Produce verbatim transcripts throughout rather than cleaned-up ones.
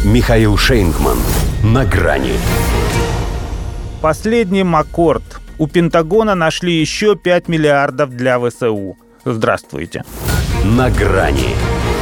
Михаил Шейнгман. На грани. Последний Маккорд. У Пентагона нашли еще пять миллиардов для ВСУ. Здравствуйте. На грани.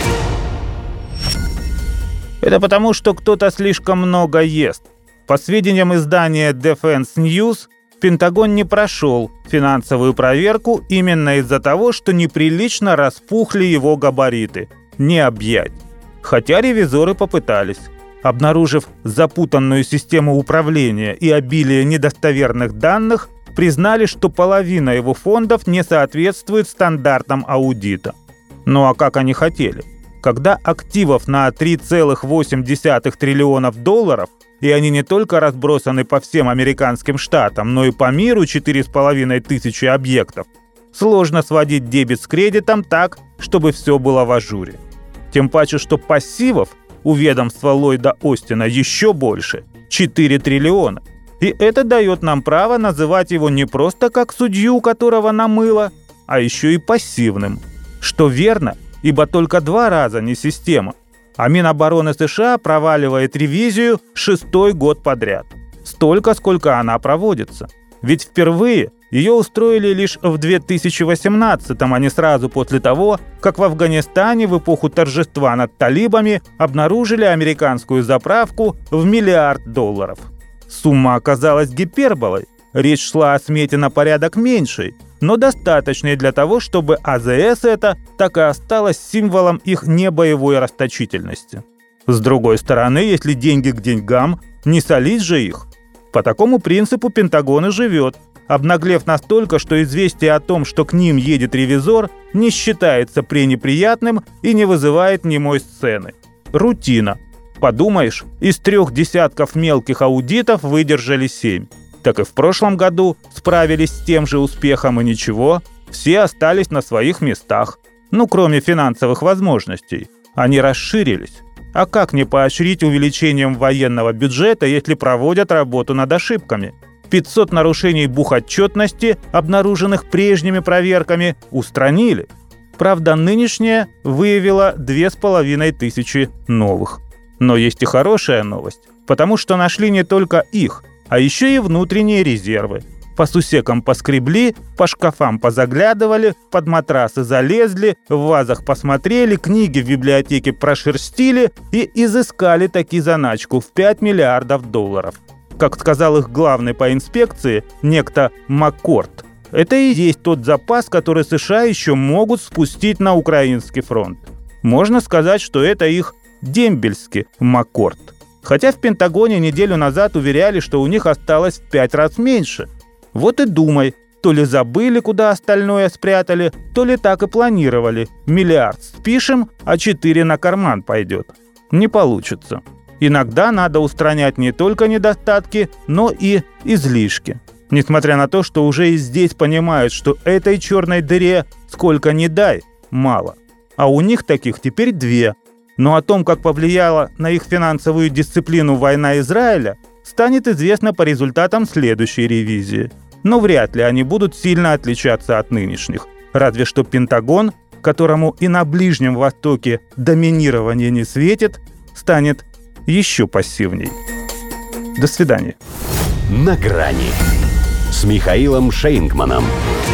Это потому, что кто-то слишком много ест. По сведениям издания Defense News, Пентагон не прошел финансовую проверку именно из-за того, что неприлично распухли его габариты. Не объять. Хотя ревизоры попытались. Обнаружив запутанную систему управления и обилие недостоверных данных, признали, что половина его фондов не соответствует стандартам аудита. Ну а как они хотели? Когда активов на три целых восемь десятых триллионов долларов, и они не только разбросаны по всем американским штатам, но и по миру четыре с половиной тысячи объектов, сложно сводить дебет с кредитом так, чтобы все было в ажуре. Тем паче, что пассивов у ведомства Ллойда Остина еще больше – четыре триллиона. И это дает нам право называть его не просто как судью, которого намыло, а еще и пассивным. Что верно, ибо только два раза не система. А Минобороны США проваливает ревизию шестой год подряд. Столько, сколько она проводится. Ведь впервые ее устроили лишь в две тысячи восемнадцатом, а не сразу после того, как в Афганистане в эпоху торжества над талибами обнаружили американскую заправку в миллиард долларов. Сумма оказалась гиперболой. Речь шла о смете на порядок меньшей, но достаточной для того, чтобы АЗС это так и осталось символом их небоевой расточительности. С другой стороны, если деньги к деньгам, не солить же их. По такому принципу Пентагон и живет, обнаглев настолько, что известие о том, что к ним едет ревизор, не считается пренеприятным и не вызывает немой сцены. Рутина. Подумаешь, из трех десятков мелких аудитов выдержали семь. Так и в прошлом году справились с тем же успехом, и ничего, все остались на своих местах. Ну, кроме финансовых возможностей. Они расширились. А как не поощрить увеличением военного бюджета, если проводят работу над ошибками? пятьсот нарушений бухотчетности, обнаруженных прежними проверками, устранили. Правда, нынешняя выявила две с половиной тысячи новых. Но есть и хорошая новость, потому что нашли не только их, а еще и внутренние резервы. По сусекам поскребли, по шкафам позаглядывали, под матрасы залезли, в вазах посмотрели, книги в библиотеке прошерстили и изыскали таки заначку в пять миллиардов долларов. Как сказал их главный по инспекции, некто Маккорд, это и есть тот запас, который США еще могут спустить на украинский фронт. Можно сказать, что это их дембельский Маккорд. Хотя в Пентагоне неделю назад уверяли, что у них осталось в пять раз меньше. Вот и думай, то ли забыли, куда остальное спрятали, то ли так и планировали. Миллиард спишем, а четыре на карман пойдет. Не получится. Иногда надо устранять не только недостатки, но и излишки. Несмотря на то, что уже и здесь понимают, что этой черной дыре сколько ни дай, мало. А у них таких теперь две. Но о том, как повлияла на их финансовую дисциплину война Израиля, станет известно по результатам следующей ревизии. Но вряд ли они будут сильно отличаться от нынешних. Разве что Пентагон, которому и на Ближнем Востоке доминирование не светит, станет еще пассивней. До свидания. На грани с Михаилом Шейнгманом.